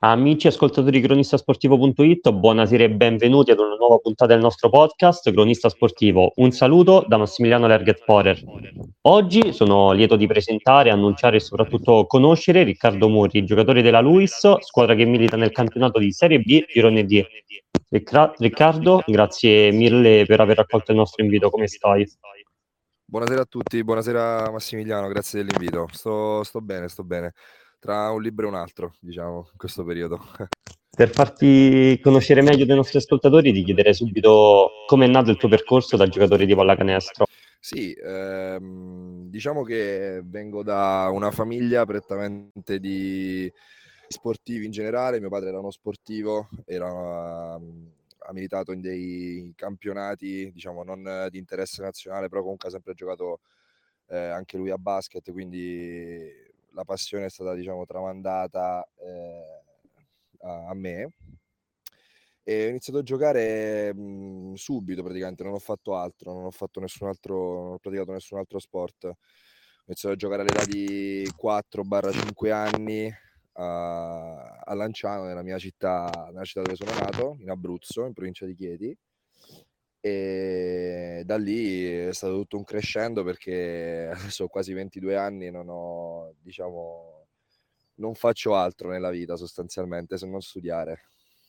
Amici ascoltatori di cronistasportivo.it, buonasera e benvenuti ad una nuova puntata del nostro podcast Cronista Sportivo. Un saluto da Massimiliano Lerget Porer. Oggi sono lieto di presentare, annunciare e soprattutto conoscere Riccardo Murri, giocatore della Luis, squadra che milita nel campionato di Serie B Girone D. Riccardo, grazie mille per aver accolto il nostro invito, come stai? Buonasera a tutti, buonasera Massimiliano, grazie dell'invito. Sto bene, sto bene. Tra un libro e un altro, diciamo, in questo periodo. Per farti conoscere meglio dei nostri ascoltatori, ti chiederei subito come è nato il tuo percorso da giocatore di pallacanestro. Sì, diciamo che vengo da una famiglia prettamente di sportivi in generale. Mio padre era uno sportivo, ha militato in dei campionati, diciamo, non di interesse nazionale, però comunque ha sempre giocato anche lui a basket, quindi la passione è stata, diciamo, tramandata a me. E ho iniziato a giocare subito, praticamente, non ho fatto altro, non ho fatto nessun altro, non ho praticato nessun altro sport. Ho iniziato a giocare all'età di 4-5 anni a Lanciano, nella città dove sono nato, in Abruzzo, in provincia di Chieti. E da lì è stato tutto un crescendo, perché adesso ho quasi 22 anni e diciamo, non faccio altro nella vita sostanzialmente se non studiare.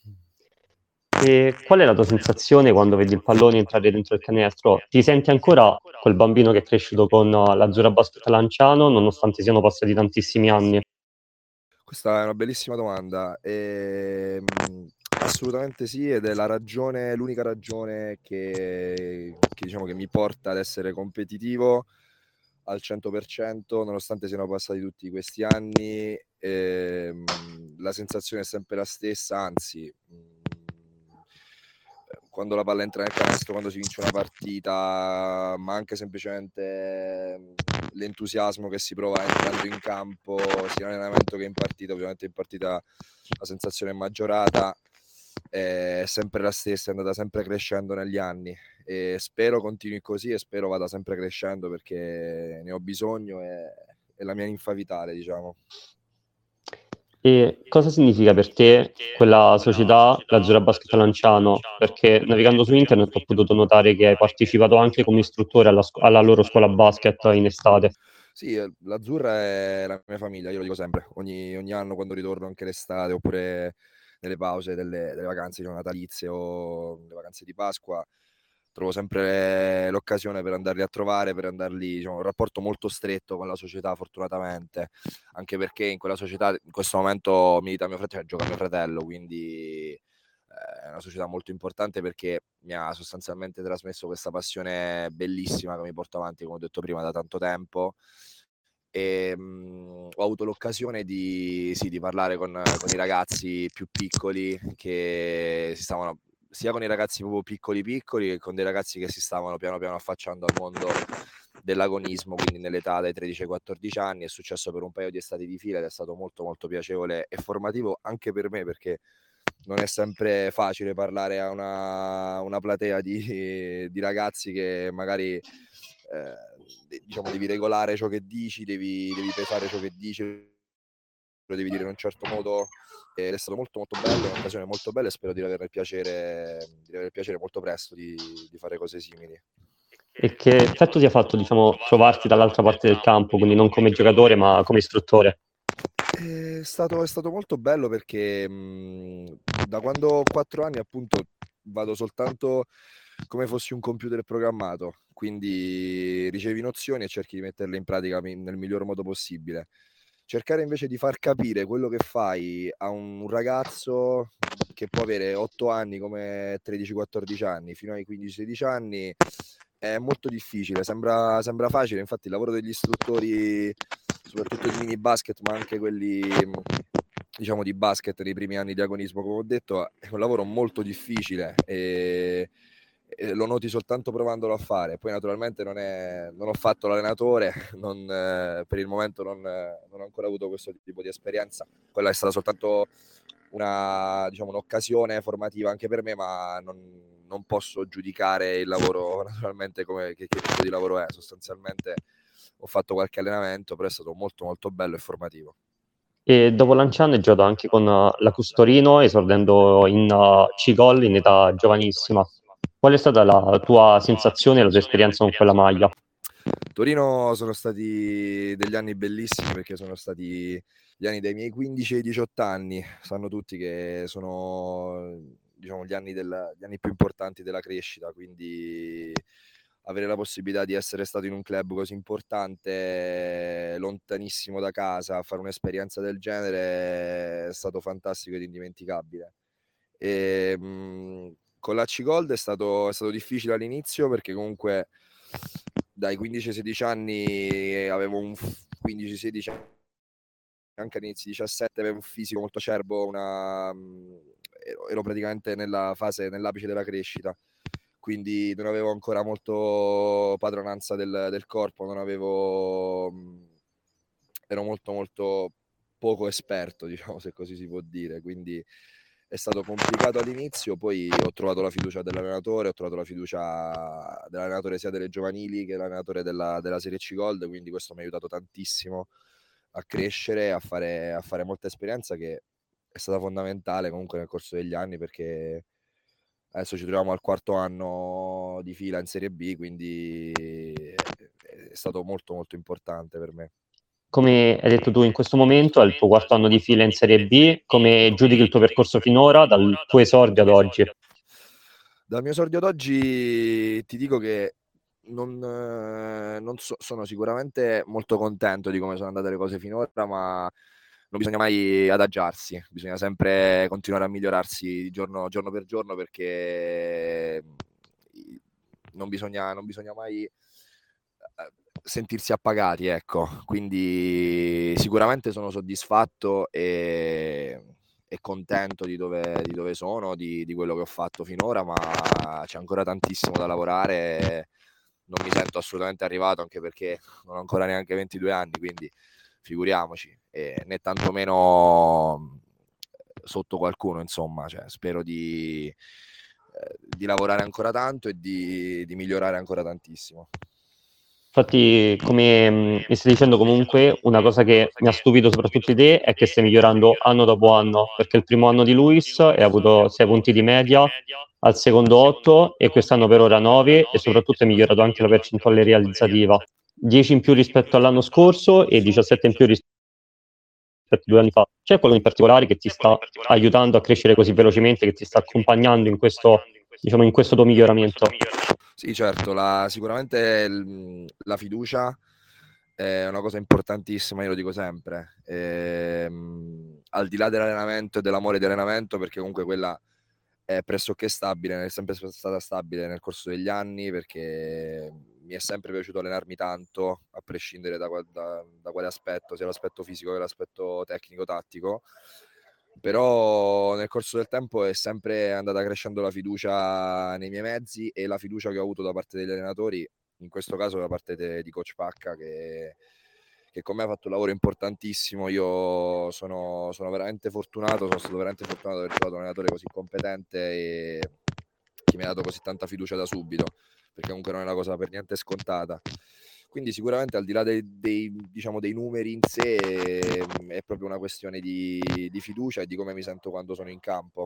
E qual è la tua sensazione quando vedi il pallone entrare dentro il canestro? Ti senti ancora quel bambino che è cresciuto con l'Azzurra Basket Lanciano, nonostante siano passati tantissimi anni? Questa è una bellissima domanda. Assolutamente sì, ed è l'unica ragione diciamo che mi porta ad essere competitivo al 100%, nonostante siano passati tutti questi anni. La sensazione è sempre la stessa, anzi, quando la palla entra nel canestro, quando si vince una partita, ma anche semplicemente l'entusiasmo che si prova entrando in campo, sia in allenamento che in partita. Ovviamente in partita la sensazione è maggiorata, è sempre la stessa, è andata sempre crescendo negli anni, e spero continui così e spero vada sempre crescendo, perché ne ho bisogno, e è la mia ninfa vitale, diciamo. E cosa significa per te quella società, l'Azzurra Basket Lanciano? Perché navigando su internet ho potuto notare che hai partecipato anche come istruttore alla loro scuola basket in estate. Sì, l'Azzurra è la mia famiglia, io lo dico sempre, ogni anno quando ritorno, anche l'estate, oppure nelle pause delle vacanze, diciamo, natalizie o le vacanze di Pasqua, trovo sempre l'occasione per andarli a trovare, per andarli, diciamo, un rapporto molto stretto con la società, fortunatamente, anche perché in quella società in questo momento milita mio fratello, gioca mio fratello, quindi è una società molto importante, perché mi ha sostanzialmente trasmesso questa passione bellissima che mi porto avanti, come ho detto prima, da tanto tempo. E ho avuto l'occasione di parlare con i ragazzi più piccoli, che si stavano, sia con i ragazzi proprio piccoli piccoli, che con dei ragazzi che si stavano piano piano affacciando al mondo dell'agonismo, quindi nell'età dai 13 ai 14 anni. È successo per un paio di estati di fila ed è stato molto molto piacevole e formativo anche per me, perché non è sempre facile parlare a una platea di ragazzi che magari diciamo, devi regolare ciò che dici, devi pesare ciò che dici, lo devi dire in un certo modo. Ed è stato molto molto bello, è un'occasione molto bella, e spero di avere il piacere molto presto di fare cose simili. E che effetto ti ha fatto, diciamo, trovarti dall'altra parte del campo, quindi non come giocatore ma come istruttore? È stato molto bello, perché da quando ho 4 anni, appunto, vado soltanto come fossi un computer programmato, quindi ricevi nozioni e cerchi di metterle in pratica nel miglior modo possibile. Cercare invece di far capire quello che fai a un ragazzo che può avere 8 anni come 13-14 anni, fino ai 15-16 anni, è molto difficile. Sembra facile, infatti il lavoro degli istruttori, soprattutto di mini basket, ma anche quelli, diciamo, di basket nei primi anni di agonismo, come ho detto, è un lavoro molto difficile, e lo noti soltanto provandolo a fare. Poi naturalmente non ho fatto l'allenatore, per il momento non ho ancora avuto questo tipo di esperienza. Quella è stata soltanto diciamo, un'occasione formativa anche per me, ma non posso giudicare il lavoro naturalmente che tipo di lavoro è. Sostanzialmente ho fatto qualche allenamento, però è stato molto molto bello e formativo. E dopo Lanciano hai giocato anche con la Custorino, esordendo in C-Gol in età giovanissima. Qual è stata la tua sensazione e la tua esperienza con quella maglia? Torino sono stati degli anni bellissimi perché sono stati gli anni dei miei 15 ai 18 anni. Sanno tutti che sono, diciamo, gli anni più importanti della crescita, quindi avere la possibilità di essere stato in un club così importante, lontanissimo da casa, fare un'esperienza del genere è stato fantastico ed indimenticabile. E, con la C-Gold è stato difficile all'inizio perché comunque dai 15-16 anni avevo 15-16 anche all'inizio 17 avevo un fisico molto acerbo, ero praticamente nella fase, nell'apice della crescita, quindi non avevo ancora molto padronanza del corpo, non avevo, ero molto molto poco esperto, diciamo, se così si può dire, quindi è stato complicato all'inizio, poi ho trovato la fiducia dell'allenatore, ho trovato la fiducia dell'allenatore sia delle giovanili che dell'allenatore della Serie C Gold, quindi questo mi ha aiutato tantissimo a crescere, a fare molta esperienza che è stata fondamentale comunque nel corso degli anni, perché adesso ci troviamo al quarto anno di fila in Serie B, quindi è stato molto molto importante per me. Come hai detto tu, in questo momento è il tuo quarto anno di fila in Serie B. Come giudichi il tuo percorso finora, dal tuo esordio ad oggi? Dal mio esordio ad oggi ti dico che sono sicuramente molto contento di come sono andate le cose finora, ma non bisogna mai adagiarsi, bisogna sempre continuare a migliorarsi giorno per giorno, perché non bisogna mai sentirsi appagati, ecco. Quindi sicuramente sono soddisfatto e contento di dove sono, di quello che ho fatto finora, ma c'è ancora tantissimo da lavorare. Non mi sento assolutamente arrivato, anche perché non ho ancora neanche 22 anni, quindi figuriamoci, né tantomeno sotto qualcuno, insomma, cioè, spero di lavorare ancora tanto e di migliorare ancora tantissimo. Infatti, come mi stai dicendo comunque, una cosa che mi ha stupito soprattutto di te è che stai migliorando anno dopo anno, perché il primo anno di Luis hai avuto 6 punti di media, al secondo 8 e quest'anno per ora 9 e soprattutto hai migliorato anche la percentuale realizzativa. 10 in più rispetto all'anno scorso e 17 in più rispetto a 2 anni fa. C'è qualcosa in particolare che ti sta aiutando a crescere così velocemente, che ti sta accompagnando in questo, diciamo, in questo tuo miglioramento? Sì, certo, sicuramente la fiducia è una cosa importantissima, io lo dico sempre, al di là dell'allenamento e dell'amore di allenamento, perché comunque quella è pressoché stabile, è sempre stata stabile nel corso degli anni, perché mi è sempre piaciuto allenarmi tanto, a prescindere da quale aspetto, sia l'aspetto fisico che l'aspetto tecnico-tattico. Però nel corso del tempo è sempre andata crescendo la fiducia nei miei mezzi e la fiducia che ho avuto da parte degli allenatori, in questo caso da parte di Coach Pacca, che con me ha fatto un lavoro importantissimo. Io sono veramente fortunato, sono stato veramente fortunato di aver trovato un allenatore così competente e che mi ha dato così tanta fiducia da subito, perché comunque non è una cosa per niente scontata. Quindi sicuramente, al di là diciamo, dei numeri in sé, è proprio una questione di fiducia e di come mi sento quando sono in campo,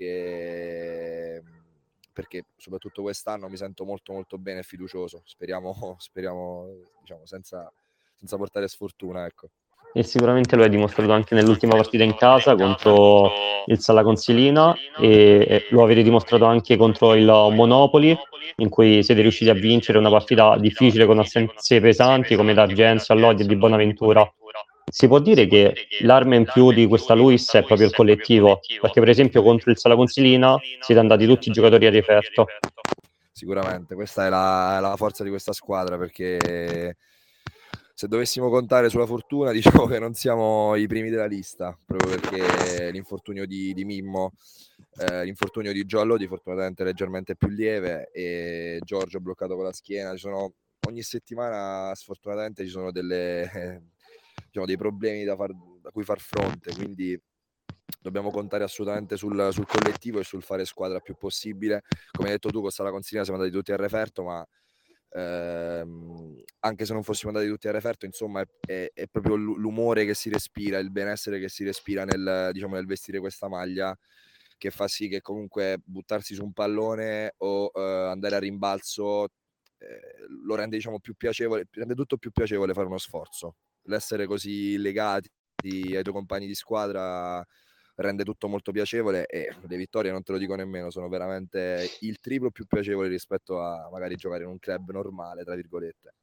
perché soprattutto quest'anno mi sento molto molto bene e fiducioso. Speriamo, diciamo, senza portare sfortuna, ecco. E sicuramente lo hai dimostrato anche nell'ultima partita in casa contro il Sala Consilina e lo avete dimostrato anche contro il Monopoli, in cui siete riusciti a vincere una partita difficile con assenze pesanti come D'Argenzo, Allodi e di Bonaventura. Si può dire che l'arma in più di questa Luis è proprio il collettivo, perché per esempio contro il Sala Consilina siete andati tutti i giocatori a referto. Sicuramente questa è la forza di questa squadra, perché se dovessimo contare sulla fortuna, diciamo che non siamo i primi della lista, proprio perché l'infortunio di Mimmo, l'infortunio di Giollo fortunatamente leggermente più lieve, e Giorgio bloccato con la schiena. Ogni settimana sfortunatamente ci sono diciamo, dei problemi da cui far fronte, quindi dobbiamo contare assolutamente sul collettivo e sul fare squadra più possibile. Come hai detto tu, con Sala Consilina siamo andati tutti a referto, ma anche se non fossimo andati tutti a referto, insomma è proprio l'umore che si respira, il benessere che si respira nel vestire questa maglia, che fa sì che comunque buttarsi su un pallone o andare a rimbalzo lo rende, diciamo, più piacevole, rende tutto più piacevole fare uno sforzo. L'essere così legati ai tuoi compagni di squadra rende tutto molto piacevole, e le vittorie, non te lo dico nemmeno, sono veramente il triplo più piacevole rispetto a magari giocare in un club normale, tra virgolette.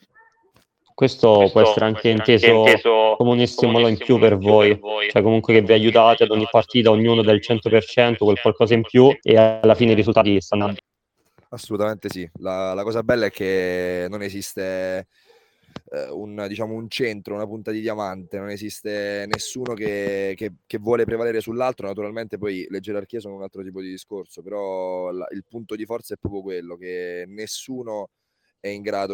Questo può essere anche inteso come un stimolo in più per voi, cioè comunque che vi aiutate ad ogni partita, ognuno del 100%, quel qualcosa in più, e alla fine i risultati stanno. Assolutamente sì. La cosa bella è che non esiste diciamo, un centro, una punta di diamante, non esiste nessuno che vuole prevalere sull'altro. Naturalmente poi le gerarchie sono un altro tipo di discorso, però il punto di forza è proprio quello, che nessuno è in grado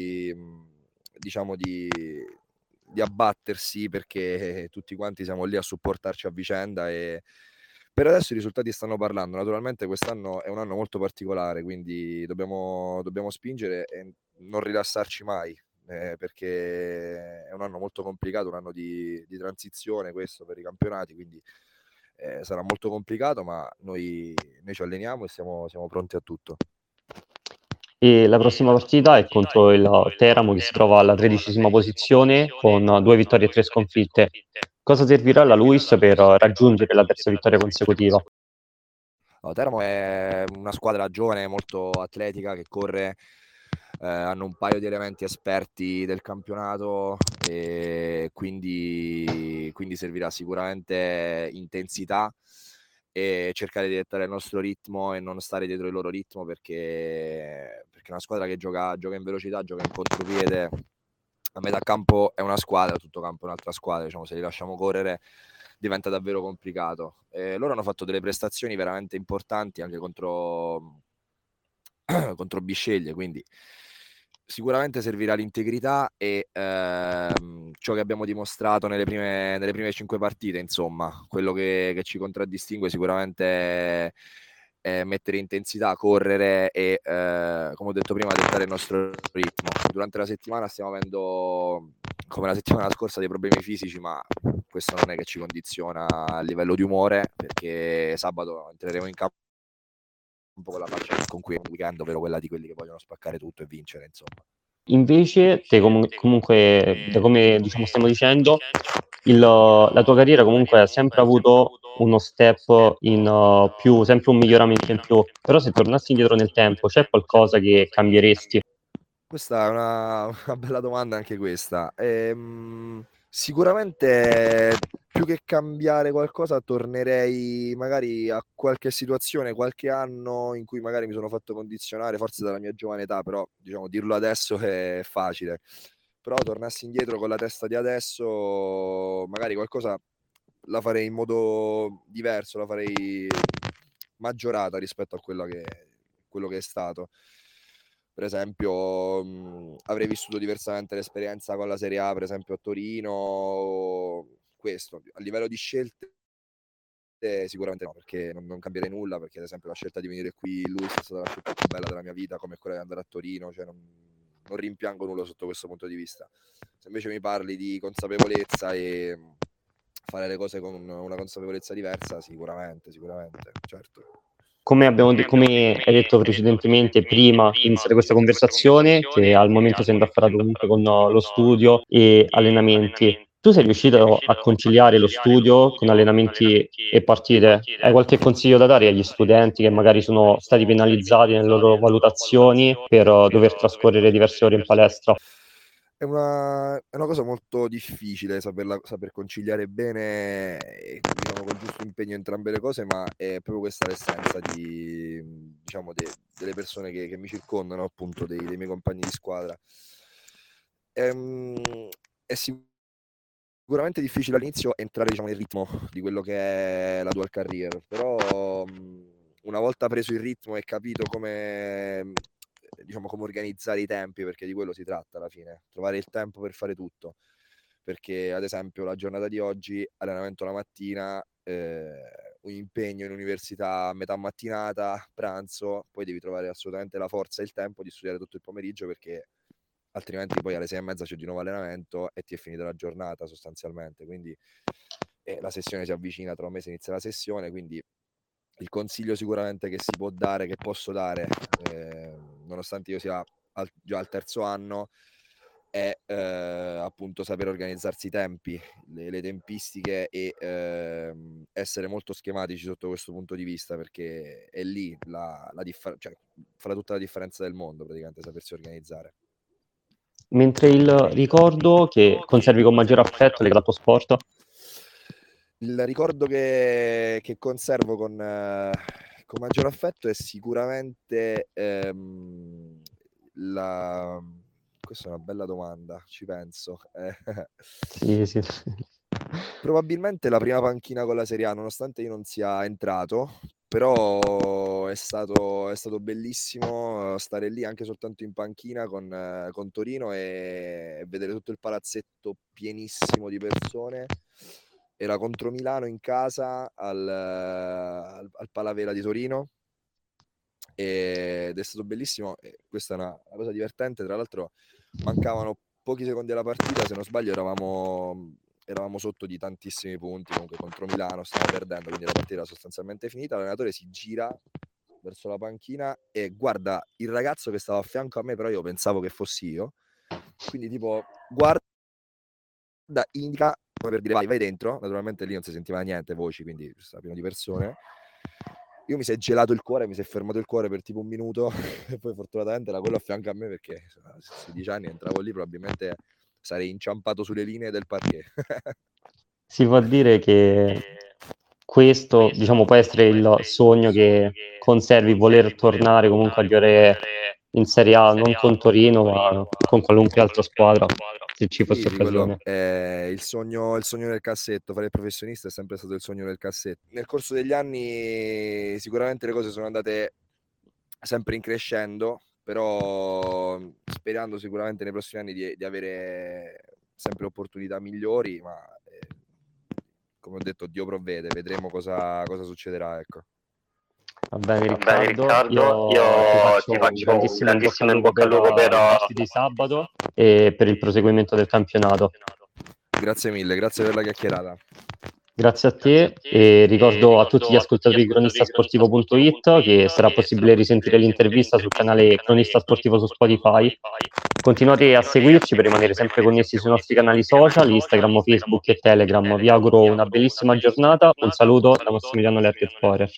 diciamo, di abbattersi, perché tutti quanti siamo lì a supportarci a vicenda, e per adesso i risultati stanno parlando. Naturalmente quest'anno è un anno molto particolare, quindi dobbiamo spingere e non rilassarci mai, perché è un anno molto complicato, un anno di transizione questo per i campionati, quindi sarà molto complicato, ma noi ci alleniamo e siamo pronti a tutto. E la prossima partita è contro il Teramo, che si trova alla 13ª posizione con 2 vittorie e 3 sconfitte. Cosa servirà alla Luis per raggiungere la terza vittoria consecutiva? Teramo è una squadra giovane, molto atletica, che corre, hanno un paio di elementi esperti del campionato, e quindi servirà sicuramente intensità e cercare di dettare il nostro ritmo e non stare dietro il loro ritmo, perché è una squadra che gioca in velocità, gioca in contropiede. A metà campo è una squadra, a tutto campo è un'altra squadra, diciamo, se li lasciamo correre diventa davvero complicato. Loro hanno fatto delle prestazioni veramente importanti anche contro Bisceglie, quindi sicuramente servirà l'integrità e ciò che abbiamo dimostrato nelle prime 5 partite, insomma, quello che ci contraddistingue sicuramente è mettere intensità, correre e, come ho detto prima, dettare il nostro ritmo. Durante la settimana stiamo avendo, come la settimana scorsa, dei problemi fisici, ma questo non è che ci condiziona a livello di umore, perché sabato entreremo in campo con la faccia con cui è un weekend, ovvero quella di quelli che vogliono spaccare tutto e vincere, insomma. Invece, te comunque, da come diciamo stiamo dicendo, la tua carriera comunque ha sempre avuto uno step in più, sempre un miglioramento in più. Però se tornassi indietro nel tempo, c'è qualcosa che cambieresti? Questa è una bella domanda anche questa. Sicuramente, più che cambiare qualcosa, tornerei magari a qualche situazione, qualche anno in cui magari mi sono fatto condizionare, forse dalla mia giovane età, però diciamo dirlo adesso è facile. Però tornassi indietro con la testa di adesso, magari qualcosa la farei in modo diverso, la farei maggiorata rispetto a quello che è stato. Per esempio, avrei vissuto diversamente l'esperienza con la Serie A, per esempio a Torino. Questo a livello di scelte sicuramente no, perché non cambierei nulla, perché ad esempio la scelta di venire qui, lui, è stata la scelta più bella della mia vita, come quella di andare a Torino, cioè non rimpiango nulla sotto questo punto di vista. Se invece mi parli di consapevolezza e fare le cose con una consapevolezza diversa, sicuramente, certo. Come hai detto precedentemente, prima di iniziare questa conversazione, che al momento sei indaffarato comunque con lo studio e allenamenti, tu sei riuscito a conciliare lo studio con allenamenti e partite? Hai qualche consiglio da dare agli studenti che magari sono stati penalizzati nelle loro valutazioni per dover trascorrere diverse ore in palestra? È una cosa molto difficile saper conciliare bene, diciamo, col giusto impegno, entrambe le cose, ma è proprio questa l'essenza diciamo, delle persone che mi circondano, appunto, dei miei compagni di squadra. È sicuramente difficile all'inizio entrare, diciamo, nel ritmo di quello che è la dual career, però una volta preso il ritmo e capito diciamo, come organizzare i tempi, perché di quello si tratta alla fine, trovare il tempo per fare tutto. Perché ad esempio la giornata di oggi, allenamento la mattina, un impegno in università a metà mattinata, pranzo, poi devi trovare assolutamente la forza e il tempo di studiare tutto il pomeriggio, perché altrimenti poi alle 6:30 c'è di nuovo allenamento e ti è finita la giornata sostanzialmente. Quindi la sessione si avvicina, tra un mese inizia la sessione, quindi il consiglio sicuramente che si può dare, che posso dare, nonostante io sia già al terzo anno, è appunto saper organizzarsi i tempi, le tempistiche e essere molto schematici sotto questo punto di vista, perché è lì cioè, farà tutta la differenza del mondo praticamente sapersi organizzare. Mentre il ricordo che conservi con maggior affetto legato al tuo sport? Il ricordo che conservo con maggior affetto è sicuramente questa è una bella domanda, ci penso. Sì, sì. Probabilmente la prima panchina con la Serie A, nonostante io non sia entrato, però è stato bellissimo stare lì anche soltanto in panchina con Torino e vedere tutto il palazzetto pienissimo di persone. Era contro Milano in casa al Palavela di Torino ed è stato bellissimo. E questa è una cosa divertente, tra l'altro mancavano pochi secondi alla partita, se non sbaglio eravamo sotto di tantissimi punti, comunque contro Milano stavamo perdendo, quindi la partita era sostanzialmente finita. L'allenatore si gira verso la panchina e guarda il ragazzo che stava a fianco a me, però io pensavo che fossi io, quindi tipo guarda, indica come per dire vai dentro. Naturalmente lì non si sentiva niente, voci, quindi stava pieno di persone. Io mi si è gelato il cuore, mi si è fermato il cuore per tipo un minuto e poi fortunatamente era quello a fianco a me, perché a 16 anni entravo lì, probabilmente sarei inciampato sulle linee del parquet. Si può dire che questo, diciamo, può essere il sogno che conservi, voler tornare comunque a giocare in Serie A, non con Torino, ma con qualunque altra squadra, se ci fosse Sì, quello occasione. è il sogno nel cassetto. Fare il professionista è sempre stato il sogno nel cassetto. Nel corso degli anni sicuramente le cose sono andate sempre in crescendo, però sperando sicuramente nei prossimi anni di avere sempre opportunità migliori, ma come ho detto Dio provvede, vedremo cosa succederà, ecco. Va bene Riccardo, io ti faccio un grandissimo in bocca al lupo per le partite di sabato e per il proseguimento del campionato. Grazie mille, grazie per la chiacchierata. Grazie a te e ricordo a tutti gli ascoltatori di cronistasportivo.it che sarà possibile risentire l'intervista sul canale Cronista Sportivo su Spotify. Continuate a seguirci per rimanere sempre connessi sui nostri canali social, Instagram, Facebook e Telegram. Vi auguro una bellissima giornata, un saluto da Massimiliano Lerget Forer.